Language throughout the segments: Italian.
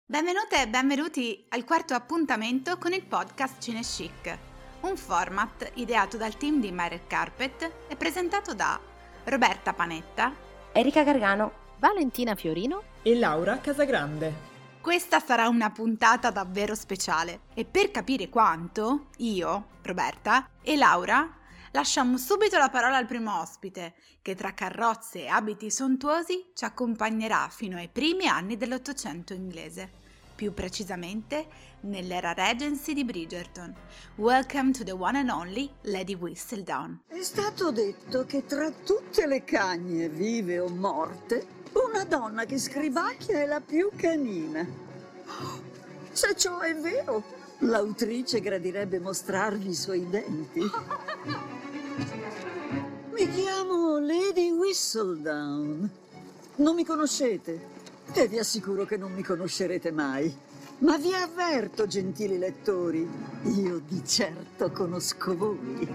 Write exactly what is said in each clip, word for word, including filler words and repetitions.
Benvenute e benvenuti al quarto appuntamento con il podcast Cinechic, un format ideato dal team di My Red Carpet e presentato da Roberta Panetta, Erika Gargano, Valentina Fiorino e Laura Casagrande. Questa sarà una puntata davvero speciale e per capire quanto, io, Roberta e Laura lasciamo subito la parola al primo ospite, che tra carrozze e abiti sontuosi ci accompagnerà fino ai primi anni dell'Ottocento inglese, più precisamente nell'era Regency di Bridgerton. Welcome to the one and only Lady Whistledown. È stato detto che tra tutte le cagne, vive o morte, una donna che scribacchia è la più canina. Se ciò è vero, l'autrice gradirebbe mostrarvi i suoi denti. Mi chiamo Lady Whistledown. Non mi conoscete e vi assicuro che non mi conoscerete mai. Ma vi avverto, gentili lettori, io di certo conosco voi.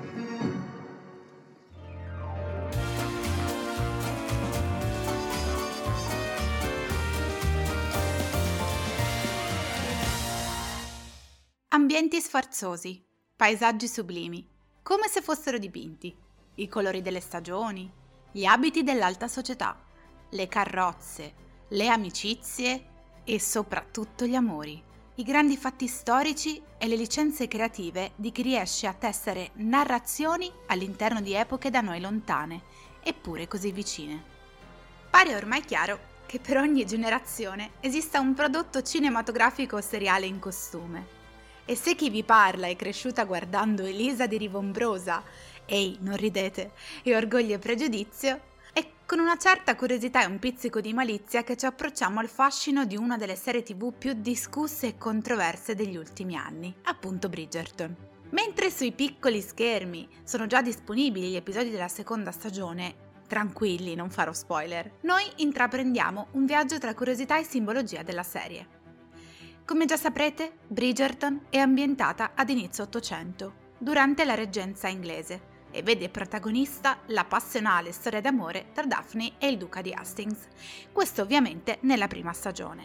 Ambienti sfarzosi, paesaggi sublimi, come se fossero dipinti. I colori delle stagioni, gli abiti dell'alta società, le carrozze, le amicizie e soprattutto gli amori, i grandi fatti storici e le licenze creative di chi riesce a tessere narrazioni all'interno di epoche da noi lontane, eppure così vicine. Pare ormai chiaro che per ogni generazione esista un prodotto cinematografico o seriale in costume. E se chi vi parla è cresciuta guardando Elisa di Rivombrosa, ehi, non ridete, e Orgoglio e Pregiudizio, è con una certa curiosità e un pizzico di malizia che ci approcciamo al fascino di una delle serie tv più discusse e controverse degli ultimi anni, appunto Bridgerton. Mentre sui piccoli schermi sono già disponibili gli episodi della seconda stagione, tranquilli, non farò spoiler, noi intraprendiamo un viaggio tra curiosità e simbologia della serie. Come già saprete, Bridgerton è ambientata ad inizio Ottocento, durante la reggenza inglese, e vede protagonista la passionale storia d'amore tra Daphne e il duca di Hastings, questo ovviamente nella prima stagione.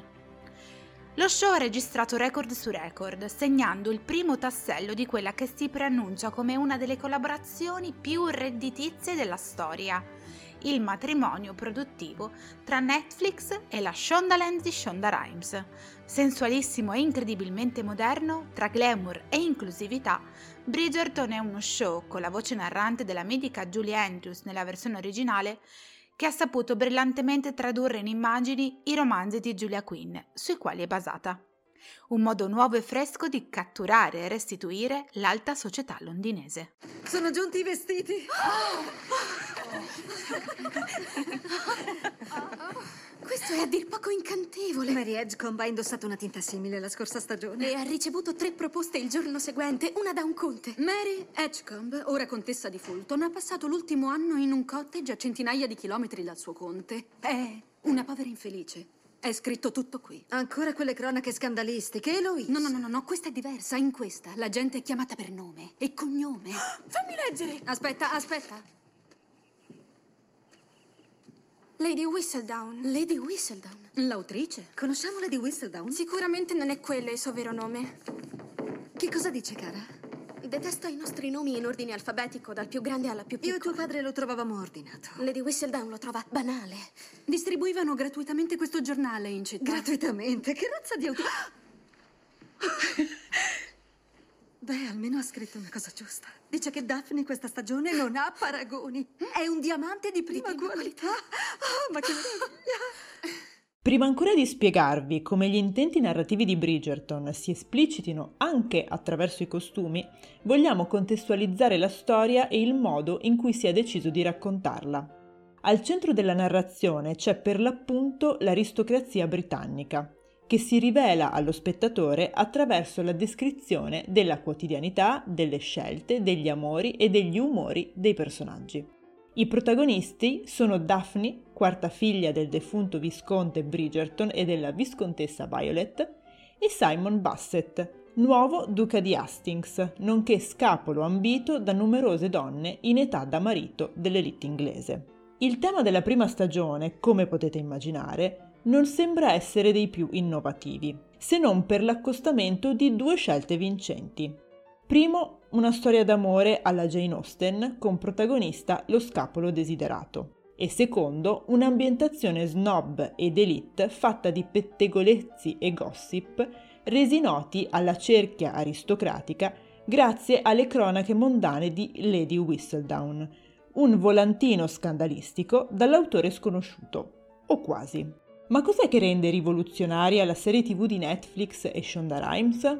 Lo show ha registrato record su record, segnando il primo tassello di quella che si preannuncia come una delle collaborazioni più redditizie della storia, il matrimonio produttivo tra Netflix e la Shondaland di Shonda Rhimes. Sensualissimo e incredibilmente moderno, tra glamour e inclusività, Bridgerton è uno show con la voce narrante della mitica Julie Andrews nella versione originale che ha saputo brillantemente tradurre in immagini i romanzi di Julia Quinn, sui quali è basata. Un modo nuovo e fresco di catturare e restituire l'alta società londinese. Sono giunti i vestiti? Questo è a dir poco incantevole. Mary Edgecombe ha indossato una tinta simile la scorsa stagione. E ha ricevuto tre proposte il giorno seguente, una da un conte. Mary Edgecombe, ora contessa di Fulton, ha passato l'ultimo anno in un cottage a centinaia di chilometri dal suo conte. È una povera infelice. È scritto tutto qui. Ancora quelle cronache scandalistiche, Eloise? No, no, no, no, no, questa è diversa. In questa la gente è chiamata per nome e cognome. Fammi leggere! Aspetta, aspetta. Lady Whistledown. Lady Whistledown? L'autrice? Conosciamo Lady Whistledown? Sicuramente non è quello il suo vero nome. Che cosa dice, cara? Detesto i nostri nomi in ordine alfabetico, dal più grande alla più piccola. Io e tuo padre lo trovavamo ordinato. Lady Whistledown lo trova banale. Distribuivano gratuitamente questo giornale in città. Gratuitamente? Che razza di auto... Beh, almeno ha scritto una cosa giusta. Dice che Daphne questa stagione non ha paragoni. È un diamante di prima, di prima qualità. Oh, ma che meraviglia! Prima ancora di spiegarvi come gli intenti narrativi di Bridgerton si esplicitino anche attraverso i costumi, vogliamo contestualizzare la storia e il modo in cui si è deciso di raccontarla. Al centro della narrazione c'è per l'appunto l'aristocrazia britannica, che si rivela allo spettatore attraverso la descrizione della quotidianità, delle scelte, degli amori e degli umori dei personaggi. I protagonisti sono Daphne, quarta figlia del defunto visconte Bridgerton e della viscontessa Violet, e Simon Basset, nuovo duca di Hastings, nonché scapolo ambito da numerose donne in età da marito dell'élite inglese. Il tema della prima stagione, come potete immaginare, non sembra essere dei più innovativi, se non per l'accostamento di due scelte vincenti. Primo, una storia d'amore alla Jane Austen con protagonista lo scapolo desiderato. E secondo, un'ambientazione snob ed elite fatta di pettegolezzi e gossip resi noti alla cerchia aristocratica grazie alle cronache mondane di Lady Whistledown, un volantino scandalistico dall'autore sconosciuto, o quasi. Ma cos'è che rende rivoluzionaria la serie tivù di Netflix e Shonda Rhimes?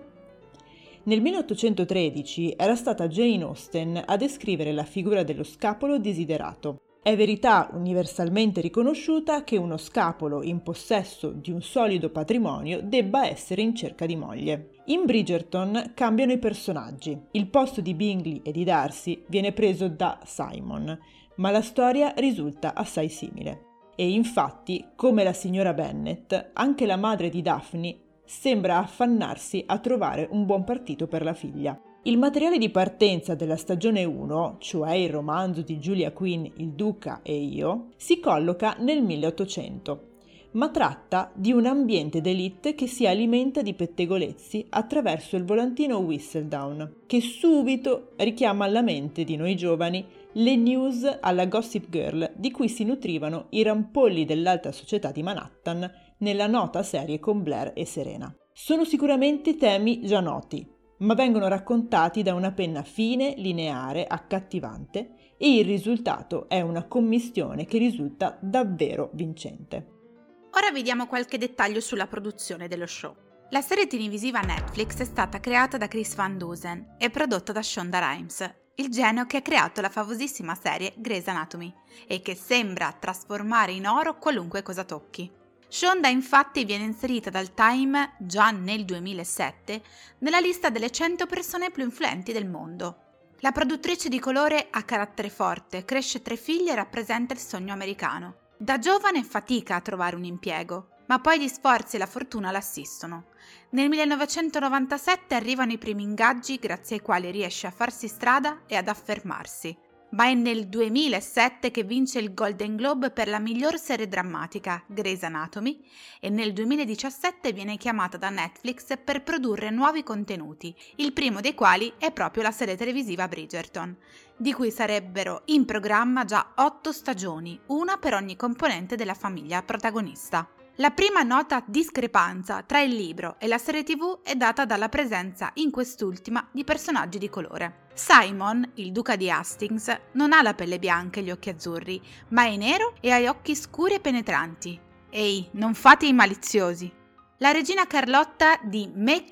Nel milleottocentotredici era stata Jane Austen a descrivere la figura dello scapolo desiderato. È verità universalmente riconosciuta che uno scapolo in possesso di un solido patrimonio debba essere in cerca di moglie. In Bridgerton cambiano i personaggi. Il posto di Bingley e di Darcy viene preso da Simon, ma la storia risulta assai simile. E infatti, come la signora Bennet, anche la madre di Daphne sembra affannarsi a trovare un buon partito per la figlia. Il materiale di partenza della stagione uno, cioè il romanzo di Julia Quinn, Il Duca e io, si colloca nel milleottocento, ma tratta di un ambiente d'élite che si alimenta di pettegolezzi attraverso il volantino Whistledown, che subito richiama alla mente di noi giovani le news alla Gossip Girl di cui si nutrivano i rampolli dell'alta società di Manhattan nella nota serie con Blair e Serena. Sono sicuramente temi già noti, ma vengono raccontati da una penna fine, lineare, accattivante, e il risultato è una commistione che risulta davvero vincente. Ora vediamo qualche dettaglio sulla produzione dello show. La serie televisiva Netflix è stata creata da Chris Van Dusen e prodotta da Shonda Rhimes, il genio che ha creato la famosissima serie Grey's Anatomy e che sembra trasformare in oro qualunque cosa tocchi. Shonda infatti viene inserita dal Time già nel duemilasette nella lista delle cento persone più influenti del mondo. La produttrice di colore ha carattere forte, cresce tre figlie e rappresenta il sogno americano. Da giovane fatica a trovare un impiego, ma poi gli sforzi e la fortuna l'assistono. Nel millenovecentonovantasette arrivano i primi ingaggi grazie ai quali riesce a farsi strada e ad affermarsi. Ma è nel duemilasette che vince il Golden Globe per la miglior serie drammatica, Grey's Anatomy, e nel duemiladiciassette viene chiamata da Netflix per produrre nuovi contenuti, il primo dei quali è proprio la serie televisiva Bridgerton, di cui sarebbero in programma già otto stagioni, una per ogni componente della famiglia protagonista. La prima nota discrepanza tra il libro e la serie tivù è data dalla presenza in quest'ultima di personaggi di colore. Simon, il duca di Hastings, non ha la pelle bianca e gli occhi azzurri, ma è nero e ha gli occhi scuri e penetranti. Ehi, non fate i maliziosi! La regina Carlotta di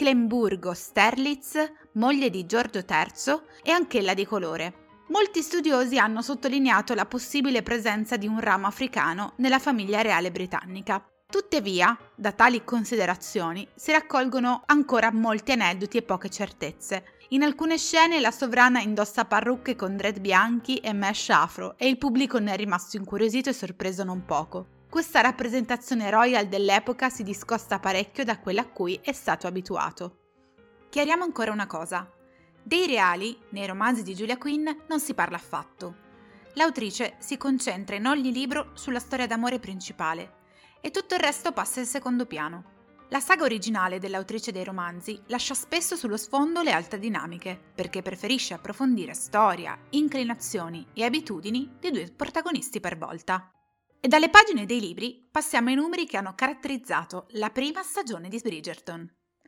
Mecklenburgo-Strelitz, moglie di Giorgio terzo, è anch'ella di colore. Molti studiosi hanno sottolineato la possibile presenza di un ramo africano nella famiglia reale britannica. Tuttavia, da tali considerazioni si raccolgono ancora molti aneddoti e poche certezze. In alcune scene la sovrana indossa parrucche con dread bianchi e mesh afro e il pubblico ne è rimasto incuriosito e sorpreso non poco. Questa rappresentazione royal dell'epoca si discosta parecchio da quella a cui è stato abituato. Chiariamo ancora una cosa. Dei reali, nei romanzi di Julia Quinn, non si parla affatto. L'autrice si concentra in ogni libro sulla storia d'amore principale e tutto il resto passa in secondo piano. La saga originale dell'autrice dei romanzi lascia spesso sullo sfondo le altre dinamiche, perché preferisce approfondire storia, inclinazioni e abitudini di due protagonisti per volta. E dalle pagine dei libri passiamo ai numeri che hanno caratterizzato la prima stagione di Bridgerton.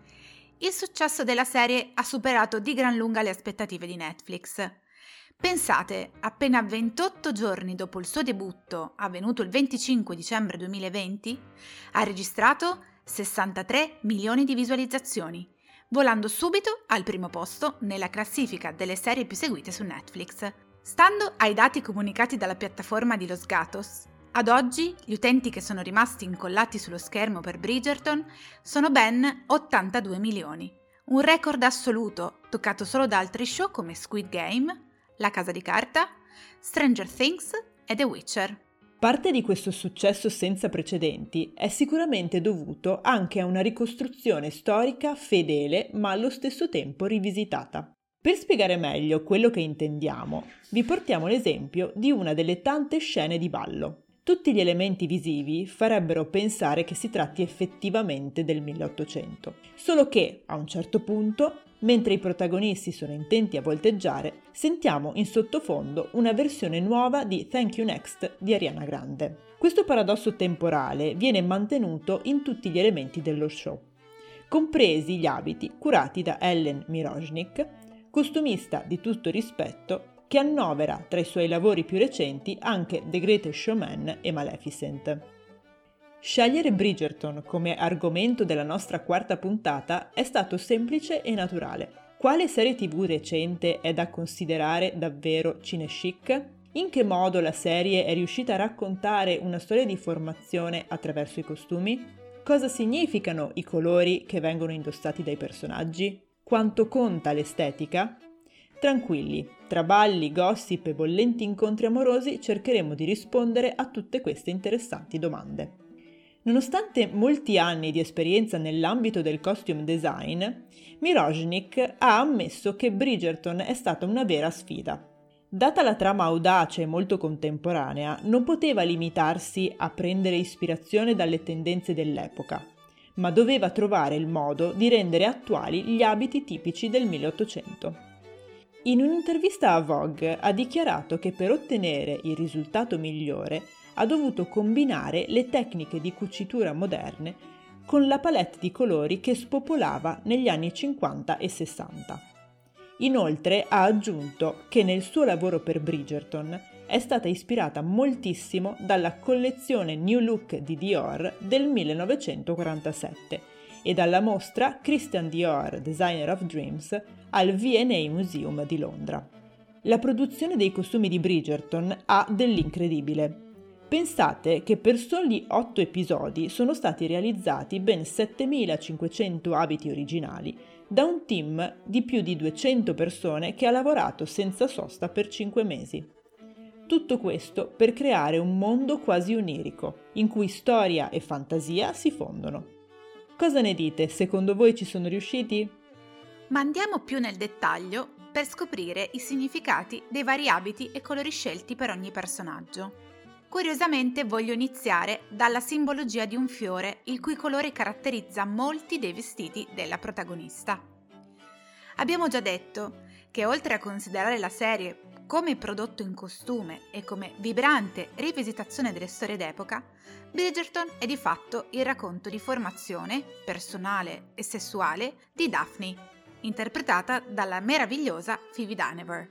Il successo della serie ha superato di gran lunga le aspettative di Netflix. Pensate, appena ventotto giorni dopo il suo debutto, avvenuto il venticinque dicembre duemilaventi, ha registrato sessantatré milioni di visualizzazioni, volando subito al primo posto nella classifica delle serie più seguite su Netflix. Stando ai dati comunicati dalla piattaforma di Los Gatos, ad oggi gli utenti che sono rimasti incollati sullo schermo per Bridgerton sono ben ottantadue milioni, un record assoluto toccato solo da altri show come Squid Game, La Casa di Carta, Stranger Things e The Witcher. Parte di questo successo senza precedenti è sicuramente dovuto anche a una ricostruzione storica fedele ma allo stesso tempo rivisitata. Per spiegare meglio quello che intendiamo, vi portiamo l'esempio di una delle tante scene di ballo. Tutti gli elementi visivi farebbero pensare che si tratti effettivamente del milleottocento, solo che, a un certo punto, mentre i protagonisti sono intenti a volteggiare, sentiamo in sottofondo una versione nuova di Thank You Next di Ariana Grande. Questo paradosso temporale viene mantenuto in tutti gli elementi dello show, compresi gli abiti curati da Ellen Mirojnick, costumista di tutto rispetto, che annovera tra i suoi lavori più recenti anche The Greatest Showman e Maleficent. Scegliere Bridgerton come argomento della nostra quarta puntata è stato semplice e naturale. Quale serie tivù recente è da considerare davvero cinechic? In che modo la serie è riuscita a raccontare una storia di formazione attraverso i costumi? Cosa significano i colori che vengono indossati dai personaggi? Quanto conta l'estetica? Tranquilli, tra balli, gossip e bollenti incontri amorosi cercheremo di rispondere a tutte queste interessanti domande. Nonostante molti anni di esperienza nell'ambito del costume design, Mirojnick ha ammesso che Bridgerton è stata una vera sfida. Data la trama audace e molto contemporanea, non poteva limitarsi a prendere ispirazione dalle tendenze dell'epoca, ma doveva trovare il modo di rendere attuali gli abiti tipici del milleottocento. In un'intervista a Vogue ha dichiarato che per ottenere il risultato migliore ha dovuto combinare le tecniche di cucitura moderne con la palette di colori che spopolava negli anni cinquanta e sessanta. Inoltre ha aggiunto che nel suo lavoro per Bridgerton è stata ispirata moltissimo dalla collezione New Look di Dior del millenovecentoquarantasette e dalla mostra Christian Dior Designer of Dreams al V and A Museum di Londra. La produzione dei costumi di Bridgerton ha dell'incredibile. Pensate che per soli otto episodi sono stati realizzati ben settemilacinquecento abiti originali da un team di più di duecento persone che ha lavorato senza sosta per cinque mesi. Tutto questo per creare un mondo quasi onirico, in cui storia e fantasia si fondono. Cosa ne dite? Secondo voi ci sono riusciti? Ma andiamo più nel dettaglio per scoprire i significati dei vari abiti e colori scelti per ogni personaggio. Curiosamente voglio iniziare dalla simbologia di un fiore il cui colore caratterizza molti dei vestiti della protagonista. Abbiamo già detto che oltre a considerare la serie come prodotto in costume e come vibrante rivisitazione delle storie d'epoca, Bridgerton è di fatto il racconto di formazione, personale e sessuale, di Daphne, interpretata dalla meravigliosa Phoebe Dynevor.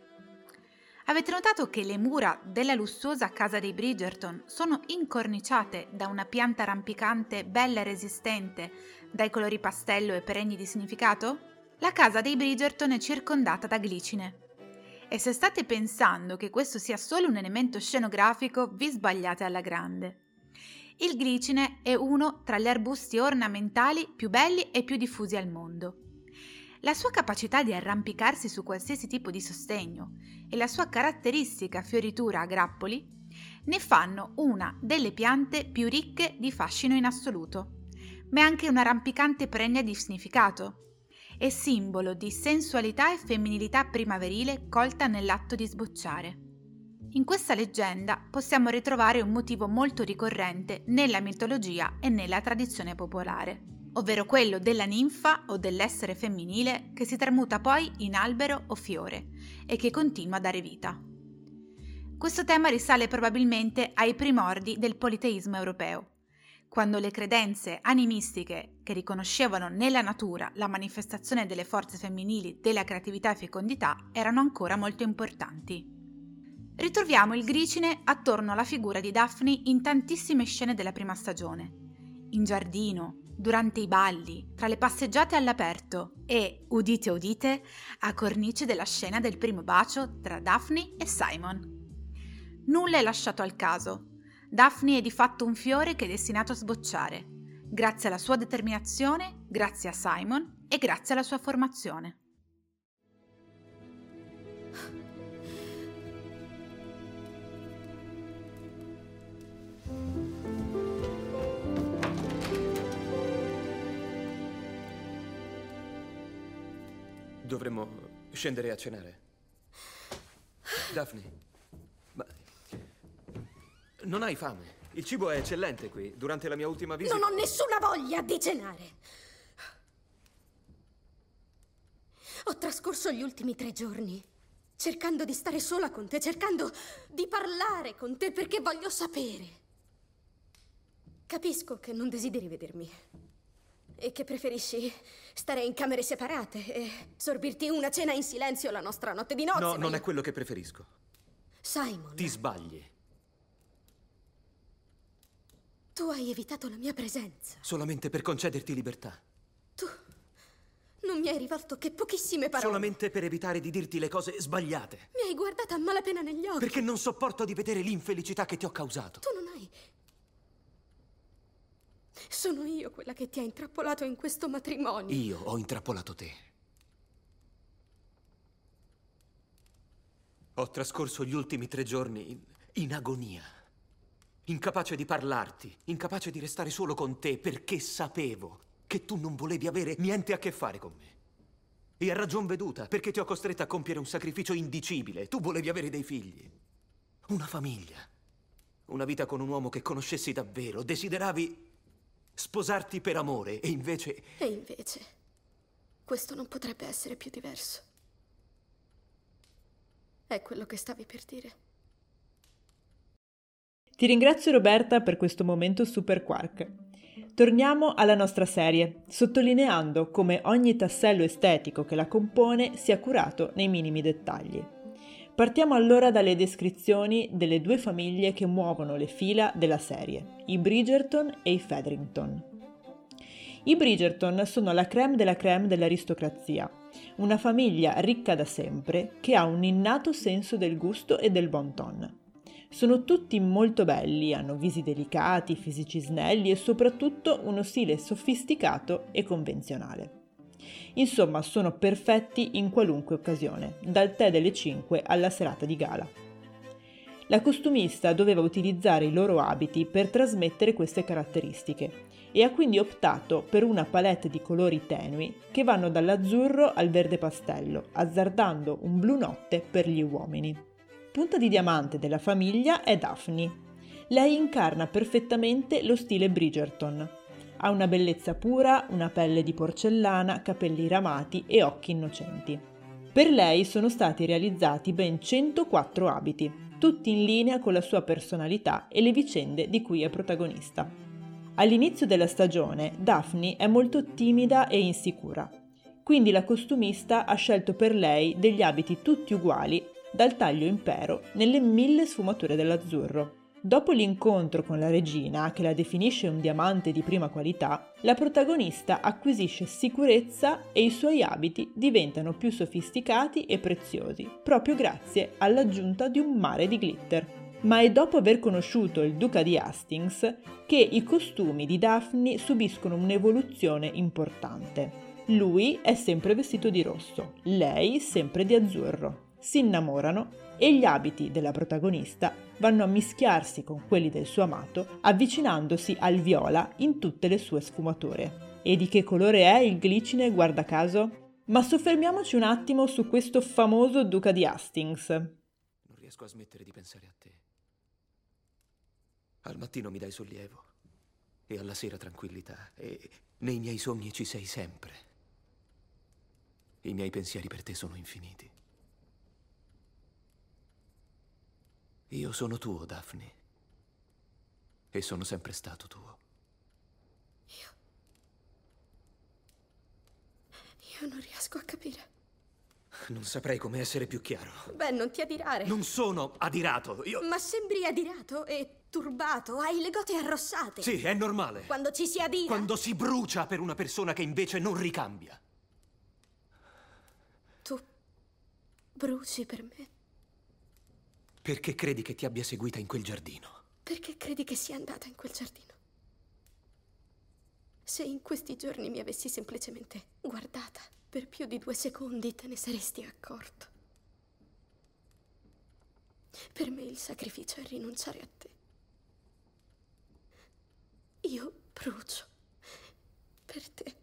Avete notato che le mura della lussuosa casa dei Bridgerton sono incorniciate da una pianta rampicante bella e resistente, dai colori pastello e perenni di significato? La casa dei Bridgerton è circondata da glicine. E se state pensando che questo sia solo un elemento scenografico, vi sbagliate alla grande. Il glicine è uno tra gli arbusti ornamentali più belli e più diffusi al mondo. La sua capacità di arrampicarsi su qualsiasi tipo di sostegno e la sua caratteristica fioritura a grappoli ne fanno una delle piante più ricche di fascino in assoluto, ma è anche una rampicante pregna di significato. È simbolo di sensualità e femminilità primaverile colta nell'atto di sbocciare. In questa leggenda possiamo ritrovare un motivo molto ricorrente nella mitologia e nella tradizione popolare, ovvero quello della ninfa o dell'essere femminile che si tramuta poi in albero o fiore e che continua a dare vita. Questo tema risale probabilmente ai primordi del politeismo europeo, quando le credenze animistiche che riconoscevano nella natura la manifestazione delle forze femminili, della creatività e fecondità erano ancora molto importanti. Ritroviamo il glicine attorno alla figura di Daphne in tantissime scene della prima stagione, in giardino, durante i balli, tra le passeggiate all'aperto e, udite udite, a cornice della scena del primo bacio tra Daphne e Simon. Nulla è lasciato al caso. Daphne è di fatto un fiore che è destinato a sbocciare, grazie alla sua determinazione, grazie a Simon e grazie alla sua formazione. Dovremmo scendere a cenare. Daphne, ma non hai fame? Il cibo è eccellente qui. Durante la mia ultima visita... Non ho nessuna voglia di cenare. Ho trascorso gli ultimi tre giorni cercando di stare sola con te, cercando di parlare con te perché voglio sapere. Capisco che non desideri vedermi e che preferisci stare in camere separate e sorbirti una cena in silenzio la nostra notte di nozze. No, ma non io- è quello che preferisco. Simon, Ti sbagli. tu hai evitato la mia presenza. Solamente per concederti libertà. Tu non mi hai rivolto che pochissime parole. Solamente per evitare di dirti le cose sbagliate. Mi hai guardata a malapena negli occhi. Perché non sopporto di vedere l'infelicità che ti ho causato. Tu non hai... Sono io quella che ti ha intrappolato in questo matrimonio. Io ho intrappolato te. Ho trascorso gli ultimi tre giorni in, in agonia. Incapace di parlarti, incapace di restare solo con te perché sapevo che tu non volevi avere niente a che fare con me. E a ragion veduta, perché ti ho costretta a compiere un sacrificio indicibile. Tu volevi avere dei figli, una famiglia, una vita con un uomo che conoscessi davvero. Desideravi sposarti per amore e invece... E invece, questo non potrebbe essere più diverso. È quello che stavi per dire. Ti ringrazio Roberta per questo momento super quark. Torniamo alla nostra serie, sottolineando come ogni tassello estetico che la compone sia curato nei minimi dettagli. Partiamo allora dalle descrizioni delle due famiglie che muovono le fila della serie, i Bridgerton e i Featherington. I Bridgerton sono la crème della crème dell'aristocrazia, una famiglia ricca da sempre che ha un innato senso del gusto e del bon ton. Sono tutti molto belli, hanno visi delicati, fisici snelli e soprattutto uno stile sofisticato e convenzionale. Insomma, sono perfetti in qualunque occasione, dal tè delle cinque alla serata di gala. La costumista doveva utilizzare i loro abiti per trasmettere queste caratteristiche e ha quindi optato per una palette di colori tenui che vanno dall'azzurro al verde pastello, azzardando un blu notte per gli uomini. Punta di diamante della famiglia è Daphne. Lei incarna perfettamente lo stile Bridgerton. Ha una bellezza pura, una pelle di porcellana, capelli ramati e occhi innocenti. Per lei sono stati realizzati ben centoquattro abiti, tutti in linea con la sua personalità e le vicende di cui è protagonista. All'inizio della stagione, Daphne è molto timida e insicura, quindi la costumista ha scelto per lei degli abiti tutti uguali, dal taglio impero, nelle mille sfumature dell'azzurro. Dopo l'incontro con la regina, che la definisce un diamante di prima qualità, la protagonista acquisisce sicurezza e i suoi abiti diventano più sofisticati e preziosi, proprio grazie all'aggiunta di un mare di glitter. Ma è dopo aver conosciuto il duca di Hastings che i costumi di Daphne subiscono un'evoluzione importante. Lui è sempre vestito di rosso, lei sempre di azzurro. Si innamorano e gli abiti della protagonista vanno a mischiarsi con quelli del suo amato, avvicinandosi al viola in tutte le sue sfumature. E di che colore è il glicine, guarda caso? Ma soffermiamoci un attimo su questo famoso duca di Hastings. Non riesco a smettere di pensare a te. Al mattino mi dai sollievo e alla sera tranquillità e nei miei sogni ci sei sempre. I miei pensieri per te sono infiniti. Io sono tuo, Daphne. E sono sempre stato tuo. Io... Io non riesco a capire. Non saprei come essere più chiaro. Beh, non ti adirare. Non sono adirato, io... Ma sembri adirato e turbato. Hai le gote arrossate. Sì, è normale. Quando ci si adira. Quando si brucia per una persona che invece non ricambia. Tu bruci per me. Perché credi che ti abbia seguita in quel giardino? Perché credi che sia andata in quel giardino? Se in questi giorni mi avessi semplicemente guardata per più di due secondi, te ne saresti accorto. Per me il sacrificio è rinunciare a te. Io brucio per te.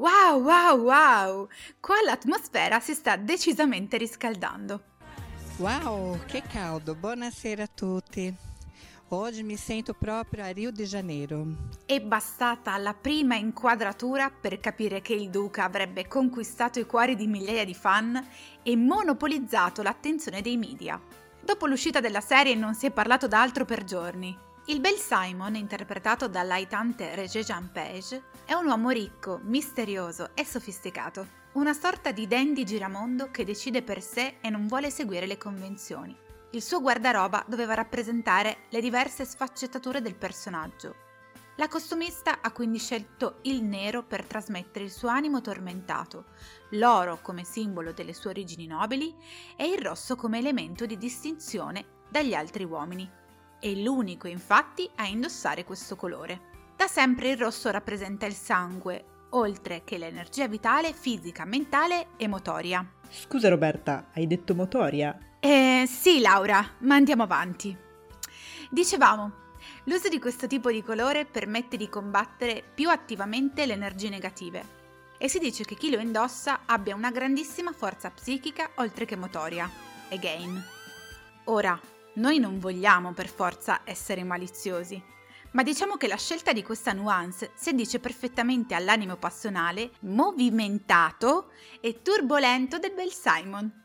Wow, wow, wow! Qua l'atmosfera si sta decisamente riscaldando. Wow, che caldo! Buonasera a tutti. Oggi mi sento proprio a Rio de Janeiro. È bastata la prima inquadratura per capire che il duca avrebbe conquistato i cuori di migliaia di fan e monopolizzato l'attenzione dei media. Dopo l'uscita della serie non si è parlato d'altro per giorni. Il bel Simon, interpretato dall'aitante Regé-Jean Page, è un uomo ricco, misterioso e sofisticato. Una sorta di dandy giramondo che decide per sé e non vuole seguire le convenzioni. Il suo guardaroba doveva rappresentare le diverse sfaccettature del personaggio. La costumista ha quindi scelto il nero per trasmettere il suo animo tormentato, l'oro come simbolo delle sue origini nobili e il rosso come elemento di distinzione dagli altri uomini. È l'unico, infatti, a indossare questo colore. Da sempre il rosso rappresenta il sangue, oltre che l'energia vitale, fisica, mentale e motoria. Scusa Roberta, hai detto motoria? Eh, sì Laura, ma andiamo avanti. Dicevamo, l'uso di questo tipo di colore permette di combattere più attivamente le energie negative e si dice che chi lo indossa abbia una grandissima forza psichica oltre che motoria. Again. Ora, noi non vogliamo per forza essere maliziosi, ma diciamo che la scelta di questa nuance si addice perfettamente all'animo passionale, movimentato e turbolento del bel Simon.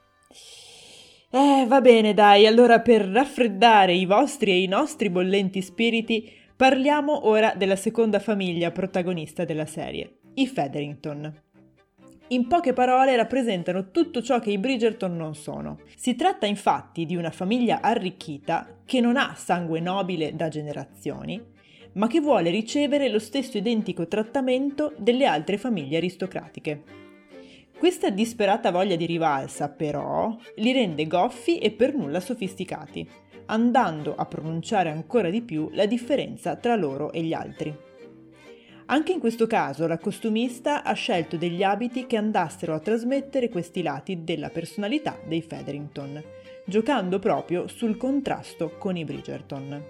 Eh, va bene dai, allora per raffreddare i vostri e i nostri bollenti spiriti parliamo ora della seconda famiglia protagonista della serie, i Featherington. In poche parole rappresentano tutto ciò che i Bridgerton non sono. Si tratta infatti di una famiglia arricchita che non ha sangue nobile da generazioni, ma che vuole ricevere lo stesso identico trattamento delle altre famiglie aristocratiche. Questa disperata voglia di rivalsa, però, li rende goffi e per nulla sofisticati, andando a pronunciare ancora di più la differenza tra loro e gli altri. Anche in questo caso la costumista ha scelto degli abiti che andassero a trasmettere questi lati della personalità dei Featherington, giocando proprio sul contrasto con i Bridgerton.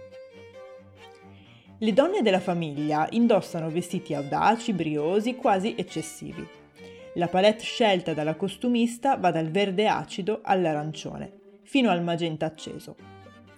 Le donne della famiglia indossano vestiti audaci, briosi, quasi eccessivi. La palette scelta dalla costumista va dal verde acido all'arancione, fino al magenta acceso.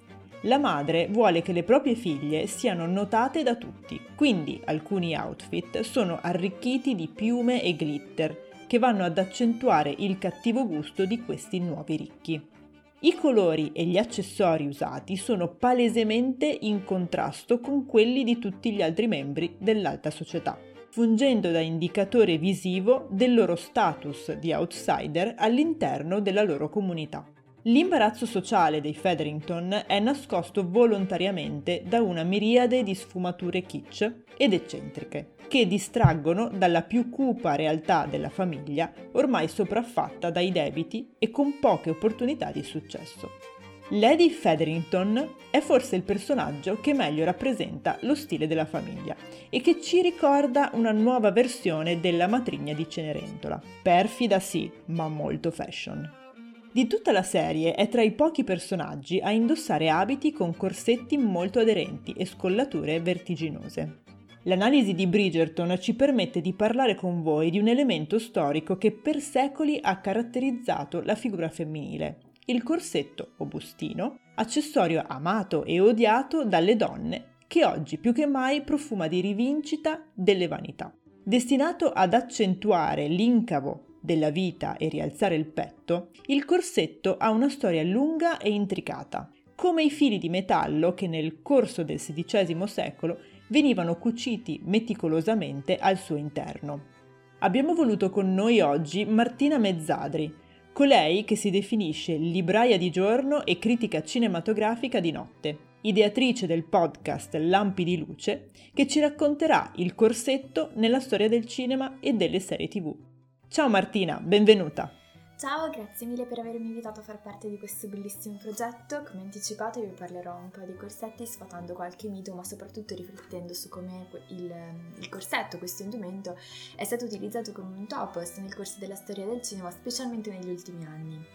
La madre vuole che le proprie figlie siano notate da tutti, quindi alcuni outfit sono arricchiti di piume e glitter che vanno ad accentuare il cattivo gusto di questi nuovi ricchi. I colori e gli accessori usati sono palesemente in contrasto con quelli di tutti gli altri membri dell'alta società, fungendo da indicatore visivo del loro status di outsider all'interno della loro comunità. L'imbarazzo sociale dei Featherington è nascosto volontariamente da una miriade di sfumature kitsch ed eccentriche, che distraggono dalla più cupa realtà della famiglia, ormai sopraffatta dai debiti e con poche opportunità di successo. Lady Featherington è forse il personaggio che meglio rappresenta lo stile della famiglia e che ci ricorda una nuova versione della matrigna di Cenerentola. Perfida sì, ma molto fashion. Di tutta la serie è tra i pochi personaggi a indossare abiti con corsetti molto aderenti e scollature vertiginose. L'analisi di Bridgerton ci permette di parlare con voi di un elemento storico che per secoli ha caratterizzato la figura femminile, il corsetto o bustino, accessorio amato e odiato dalle donne, che oggi più che mai profuma di rivincita delle vanità. Destinato ad accentuare l'incavo della vita e rialzare il petto, il corsetto ha una storia lunga e intricata, come i fili di metallo che nel corso del sedicesimo secolo venivano cuciti meticolosamente al suo interno. Abbiamo voluto con noi oggi Martina Mezzadri, colei che si definisce libraia di giorno e critica cinematografica di notte, ideatrice del podcast Lampi di Luce, che ci racconterà il corsetto nella storia del cinema e delle serie tivù. Ciao Martina, benvenuta! Ciao, grazie mille per avermi invitato a far parte di questo bellissimo progetto. Come anticipato vi parlerò un po' di corsetti, sfatando qualche mito, ma soprattutto riflettendo su come il, il corsetto, questo indumento, è stato utilizzato come un topos nel corso della storia del cinema, specialmente negli ultimi anni.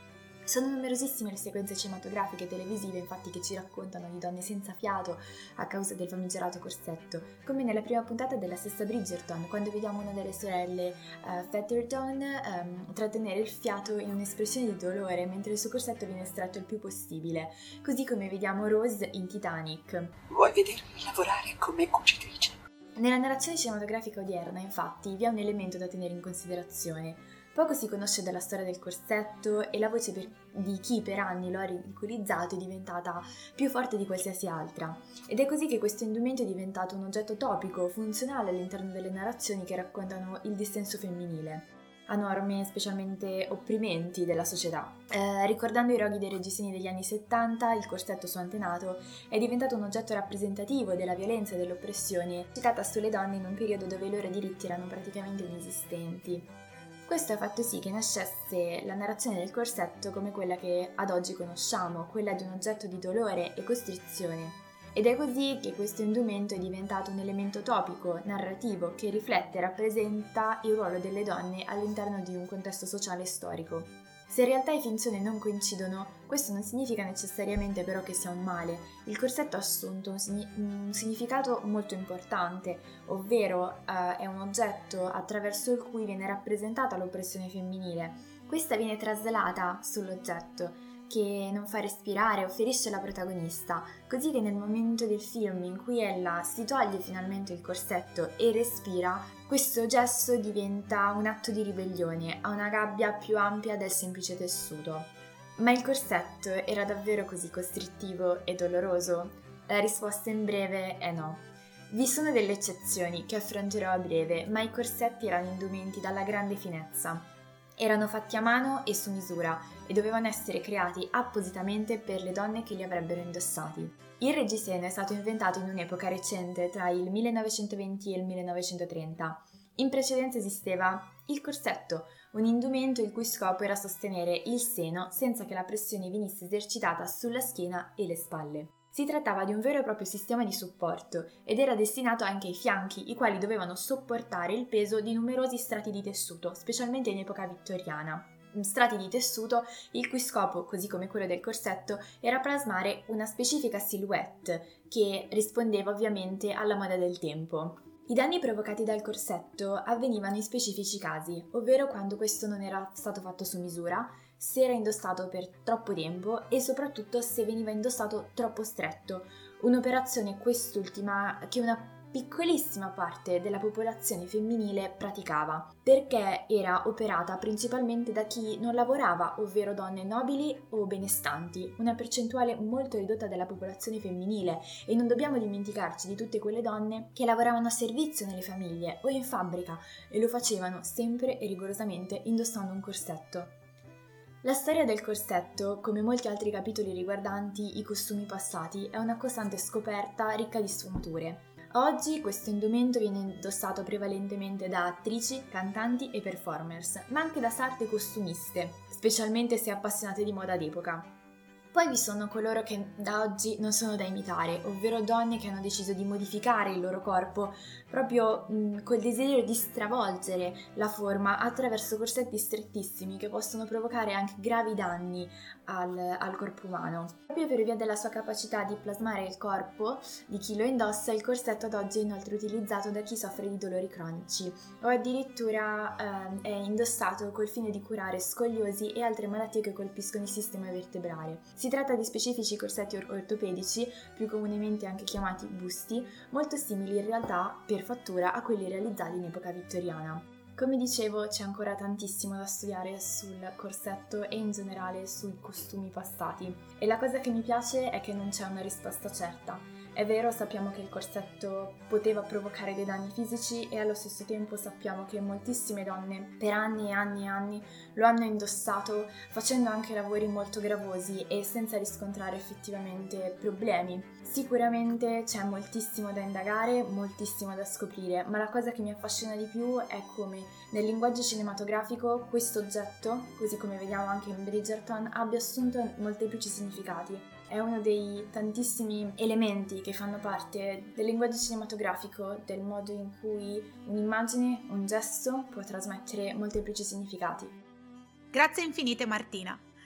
Sono numerosissime le sequenze cinematografiche e televisive infatti che ci raccontano di donne senza fiato a causa del famigerato corsetto, come nella prima puntata della stessa Bridgerton, quando vediamo una delle sorelle uh, Featherton um, trattenere il fiato in un'espressione di dolore mentre il suo corsetto viene estratto il più possibile, così come vediamo Rose in Titanic. Vuoi vedermi lavorare come cucitrice? Nella narrazione cinematografica odierna, infatti, vi è un elemento da tenere in considerazione. Poco si conosce della storia del corsetto e la voce per, di chi per anni lo ha ridicolizzato è diventata più forte di qualsiasi altra. Ed è così che questo indumento è diventato un oggetto topico, funzionale all'interno delle narrazioni che raccontano il dissenso femminile, a norme specialmente opprimenti della società. Eh, ricordando i roghi dei reggiseni degli anni settanta, il corsetto suo antenato è diventato un oggetto rappresentativo della violenza e dell'oppressione citata sulle donne in un periodo dove i loro diritti erano praticamente inesistenti. Questo ha fatto sì che nascesse la narrazione del corsetto come quella che ad oggi conosciamo, quella di un oggetto di dolore e costrizione. Ed è così che questo indumento è diventato un elemento topico, narrativo, che riflette e rappresenta il ruolo delle donne all'interno di un contesto sociale e storico. Se realtà e finzione non coincidono, questo non significa necessariamente però che sia un male. Il corsetto ha assunto un, signi- un significato molto importante, ovvero eh, è un oggetto attraverso il cui viene rappresentata l'oppressione femminile. Questa viene traslata sull'oggetto, che non fa respirare o ferisce la protagonista, così che nel momento del film in cui ella si toglie finalmente il corsetto e respira, questo gesto diventa un atto di ribellione a una gabbia più ampia del semplice tessuto. Ma il corsetto era davvero così costrittivo e doloroso? La risposta in breve è no. Vi sono delle eccezioni che affronterò a breve, ma i corsetti erano indumenti dalla grande finezza. Erano fatti a mano e su misura e dovevano essere creati appositamente per le donne che li avrebbero indossati. Il reggiseno è stato inventato in un'epoca recente tra il millenovecentoventi e il millenovecentotrenta. In precedenza esisteva il corsetto, un indumento il cui scopo era sostenere il seno senza che la pressione venisse esercitata sulla schiena e le spalle. Si trattava di un vero e proprio sistema di supporto ed era destinato anche ai fianchi, i quali dovevano sopportare il peso di numerosi strati di tessuto, specialmente in epoca vittoriana. Strati di tessuto il cui scopo, così come quello del corsetto, era plasmare una specifica silhouette che rispondeva ovviamente alla moda del tempo. I danni provocati dal corsetto avvenivano in specifici casi, ovvero quando questo non era stato fatto su misura, se era indossato per troppo tempo e soprattutto se veniva indossato troppo stretto, un'operazione quest'ultima che una piccolissima parte della popolazione femminile praticava, perché era operata principalmente da chi non lavorava, ovvero donne nobili o benestanti, una percentuale molto ridotta della popolazione femminile, e non dobbiamo dimenticarci di tutte quelle donne che lavoravano a servizio nelle famiglie o in fabbrica e lo facevano sempre e rigorosamente indossando un corsetto. La storia del corsetto, come molti altri capitoli riguardanti i costumi passati, è una costante scoperta ricca di sfumature. Oggi questo indumento viene indossato prevalentemente da attrici, cantanti e performers, ma anche da sarte costumiste, specialmente se appassionate di moda d'epoca. Poi vi sono coloro che da oggi non sono da imitare, ovvero donne che hanno deciso di modificare il loro corpo proprio mh, col desiderio di stravolgere la forma attraverso corsetti strettissimi che possono provocare anche gravi danni al, al corpo umano. Proprio per via della sua capacità di plasmare il corpo di chi lo indossa, il corsetto ad oggi è inoltre utilizzato da chi soffre di dolori cronici o addirittura eh, è indossato col fine di curare scoliosi e altre malattie che colpiscono il sistema vertebrale. Si tratta di specifici corsetti or- ortopedici, più comunemente anche chiamati busti, molto simili in realtà per fattura a quelli realizzati in epoca vittoriana. Come dicevo, c'è ancora tantissimo da studiare sul corsetto e in generale sui costumi passati, e la cosa che mi piace è che non c'è una risposta certa. È vero, sappiamo che il corsetto poteva provocare dei danni fisici e allo stesso tempo sappiamo che moltissime donne per anni e anni e anni lo hanno indossato facendo anche lavori molto gravosi e senza riscontrare effettivamente problemi. Sicuramente c'è moltissimo da indagare, moltissimo da scoprire, ma la cosa che mi affascina di più è come nel linguaggio cinematografico questo oggetto, così come vediamo anche in Bridgerton, abbia assunto molteplici significati. È uno dei tantissimi elementi che fanno parte del linguaggio cinematografico, del modo in cui un'immagine, un gesto può trasmettere molteplici significati. Grazie infinite Martina.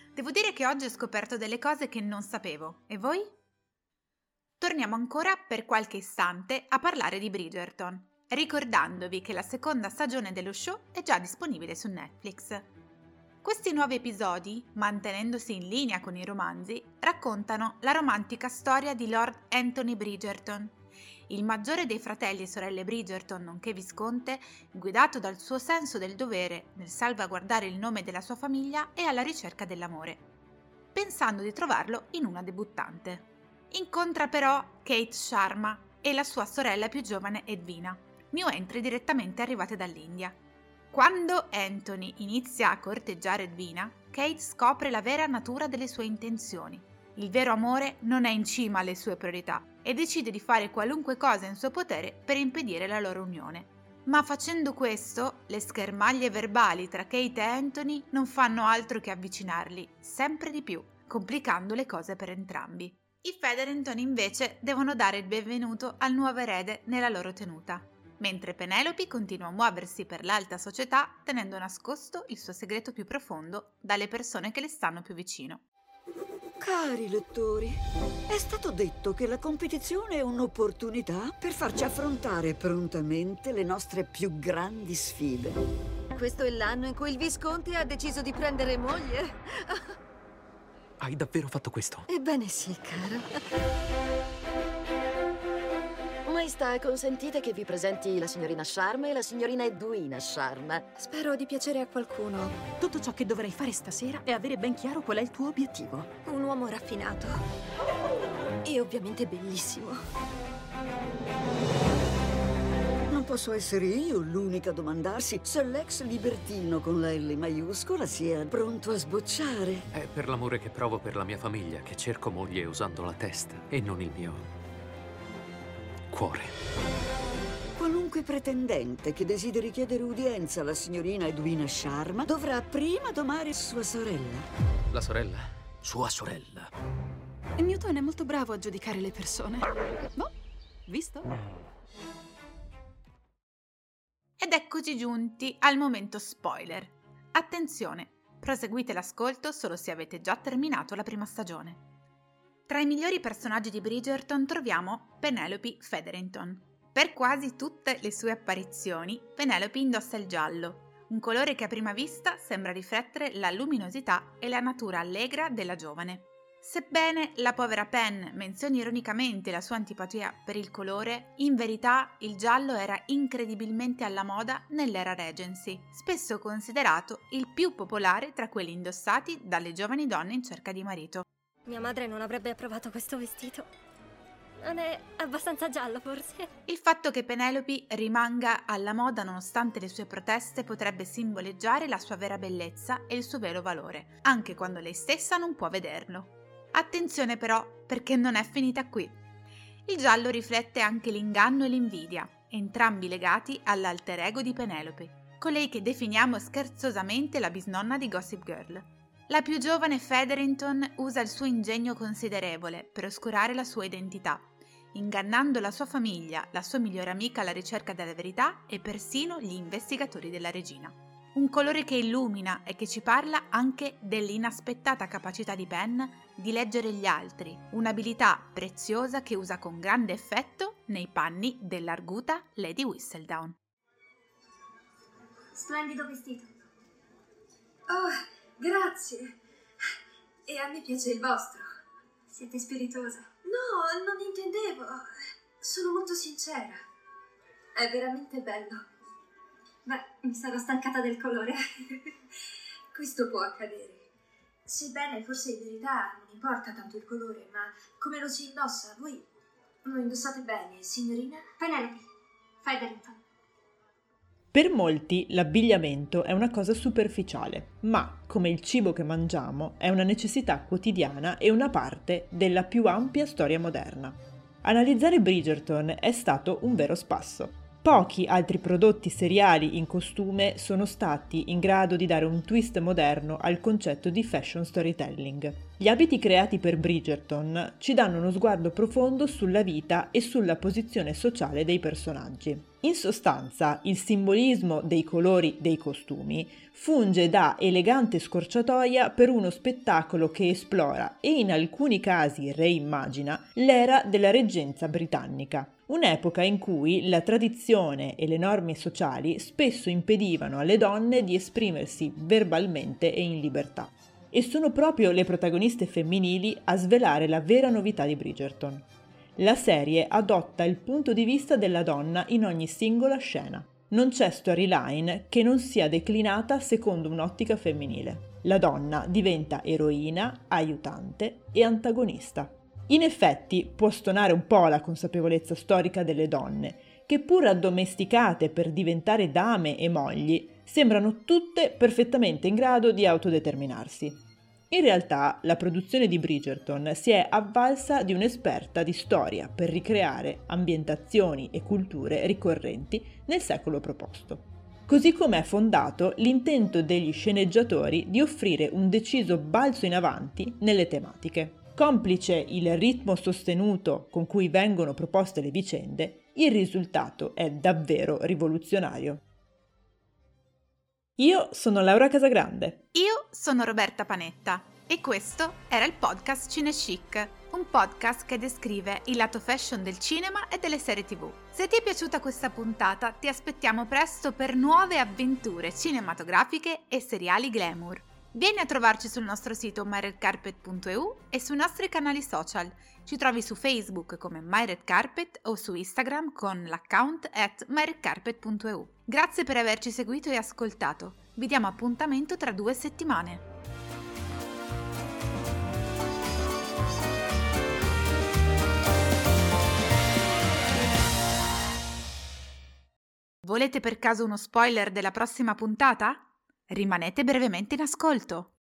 Devo dire che oggi ho scoperto delle cose che non sapevo. E voi? Torniamo ancora per qualche istante a parlare di Bridgerton, ricordandovi che la seconda stagione dello show è già disponibile su Netflix. Questi nuovi episodi, mantenendosi in linea con i romanzi, raccontano la romantica storia di Lord Anthony Bridgerton, il maggiore dei fratelli e sorelle Bridgerton, nonché visconte, guidato dal suo senso del dovere nel salvaguardare il nome della sua famiglia e alla ricerca dell'amore, pensando di trovarlo in una debuttante. Incontra però Kate Sharma e la sua sorella più giovane Edwina, new entry direttamente arrivate dall'India. Quando Anthony inizia a corteggiare Edwina, Kate scopre la vera natura delle sue intenzioni. Il vero amore non è in cima alle sue priorità e decide di fare qualunque cosa in suo potere per impedire la loro unione. Ma facendo questo, le schermaglie verbali tra Kate e Anthony non fanno altro che avvicinarli sempre di più, complicando le cose per entrambi. I Featherington invece devono dare il benvenuto al nuovo erede nella loro tenuta, mentre Penelope continua a muoversi per l'alta società tenendo nascosto il suo segreto più profondo dalle persone che le stanno più vicino. Cari lettori, è stato detto che la competizione è un'opportunità per farci affrontare prontamente le nostre più grandi sfide. Questo è l'anno in cui il Visconti ha deciso di prendere moglie? Hai davvero fatto questo? Ebbene sì, cara. Maestà, consentite che vi presenti la signorina Sharma e la signorina Edwina Sharma. Spero di piacere a qualcuno. Tutto ciò che dovrei fare stasera è avere ben chiaro qual è il tuo obiettivo. Un uomo raffinato. E ovviamente bellissimo. Non posso essere io l'unica a domandarsi se l'ex libertino con la L maiuscola sia pronto a sbocciare. È per l'amore che provo per la mia famiglia che cerco moglie usando la testa e non il mio cuore. Qualunque pretendente che desideri chiedere udienza alla signorina Edwina Sharma dovrà prima domare sua sorella. La sorella? Sua sorella. Newton è molto bravo a giudicare le persone. Boh, visto? Ed eccoci giunti al momento spoiler. Attenzione, proseguite l'ascolto solo se avete già terminato la prima stagione. Tra i migliori personaggi di Bridgerton troviamo Penelope Featherington. Per quasi tutte le sue apparizioni, Penelope indossa il giallo, un colore che a prima vista sembra riflettere la luminosità e la natura allegra della giovane. Sebbene la povera Pen menzioni ironicamente la sua antipatia per il colore, in verità il giallo era incredibilmente alla moda nell'era Regency, spesso considerato il più popolare tra quelli indossati dalle giovani donne in cerca di marito. Mia madre non avrebbe approvato questo vestito. Non è abbastanza giallo, forse? Il fatto che Penelope rimanga alla moda nonostante le sue proteste potrebbe simboleggiare la sua vera bellezza e il suo vero valore, anche quando lei stessa non può vederlo. Attenzione però, perché non è finita qui. Il giallo riflette anche l'inganno e l'invidia, entrambi legati all'alter ego di Penelope, colei che definiamo scherzosamente la bisnonna di Gossip Girl. La più giovane Featherington usa il suo ingegno considerevole per oscurare la sua identità, ingannando la sua famiglia, la sua migliore amica alla ricerca della verità e persino gli investigatori della regina. Un colore che illumina e che ci parla anche dell'inaspettata capacità di Pen di leggere gli altri, un'abilità preziosa che usa con grande effetto nei panni dell'arguta Lady Whistledown. Splendido vestito. Oh, grazie. E a me piace il vostro. Siete spiritosa. No, non intendevo. Sono molto sincera. È veramente bello. Beh, mi sarò stancata del colore. Questo può accadere. Sebbene forse in verità non importa tanto il colore, ma come lo si indossa, voi lo indossate bene, signorina Penelope Featherington. Per molti l'abbigliamento è una cosa superficiale, ma, come il cibo che mangiamo, è una necessità quotidiana e una parte della più ampia storia moderna. Analizzare Bridgerton è stato un vero spasso. Pochi altri prodotti seriali in costume sono stati in grado di dare un twist moderno al concetto di fashion storytelling. Gli abiti creati per Bridgerton ci danno uno sguardo profondo sulla vita e sulla posizione sociale dei personaggi. In sostanza, il simbolismo dei colori dei costumi funge da elegante scorciatoia per uno spettacolo che esplora e in alcuni casi reimmagina l'era della reggenza britannica, un'epoca in cui la tradizione e le norme sociali spesso impedivano alle donne di esprimersi verbalmente e in libertà. E sono proprio le protagoniste femminili a svelare la vera novità di Bridgerton. La serie adotta il punto di vista della donna in ogni singola scena. Non c'è storyline che non sia declinata secondo un'ottica femminile. La donna diventa eroina, aiutante e antagonista. In effetti può stonare un po' la consapevolezza storica delle donne, che pur addomesticate per diventare dame e mogli, sembrano tutte perfettamente in grado di autodeterminarsi. In realtà, la produzione di Bridgerton si è avvalsa di un'esperta di storia per ricreare ambientazioni e culture ricorrenti nel secolo proposto. Così come è fondato l'intento degli sceneggiatori di offrire un deciso balzo in avanti nelle tematiche. Complice il ritmo sostenuto con cui vengono proposte le vicende, il risultato è davvero rivoluzionario. Io sono Laura Casagrande. Io sono Roberta Panetta e questo era il podcast Cinechic, un podcast che descrive il lato fashion del cinema e delle serie tivù. Se ti è piaciuta questa puntata, ti aspettiamo presto per nuove avventure cinematografiche e seriali glamour. Vieni a trovarci sul nostro sito my red carpet punto e u e sui nostri canali social. Ci trovi su Facebook come MyRedCarpet o su Instagram con l'account at my red carpet punto e u. Grazie per averci seguito e ascoltato. Vi diamo appuntamento tra due settimane. Volete per caso uno spoiler della prossima puntata? Rimanete brevemente in ascolto.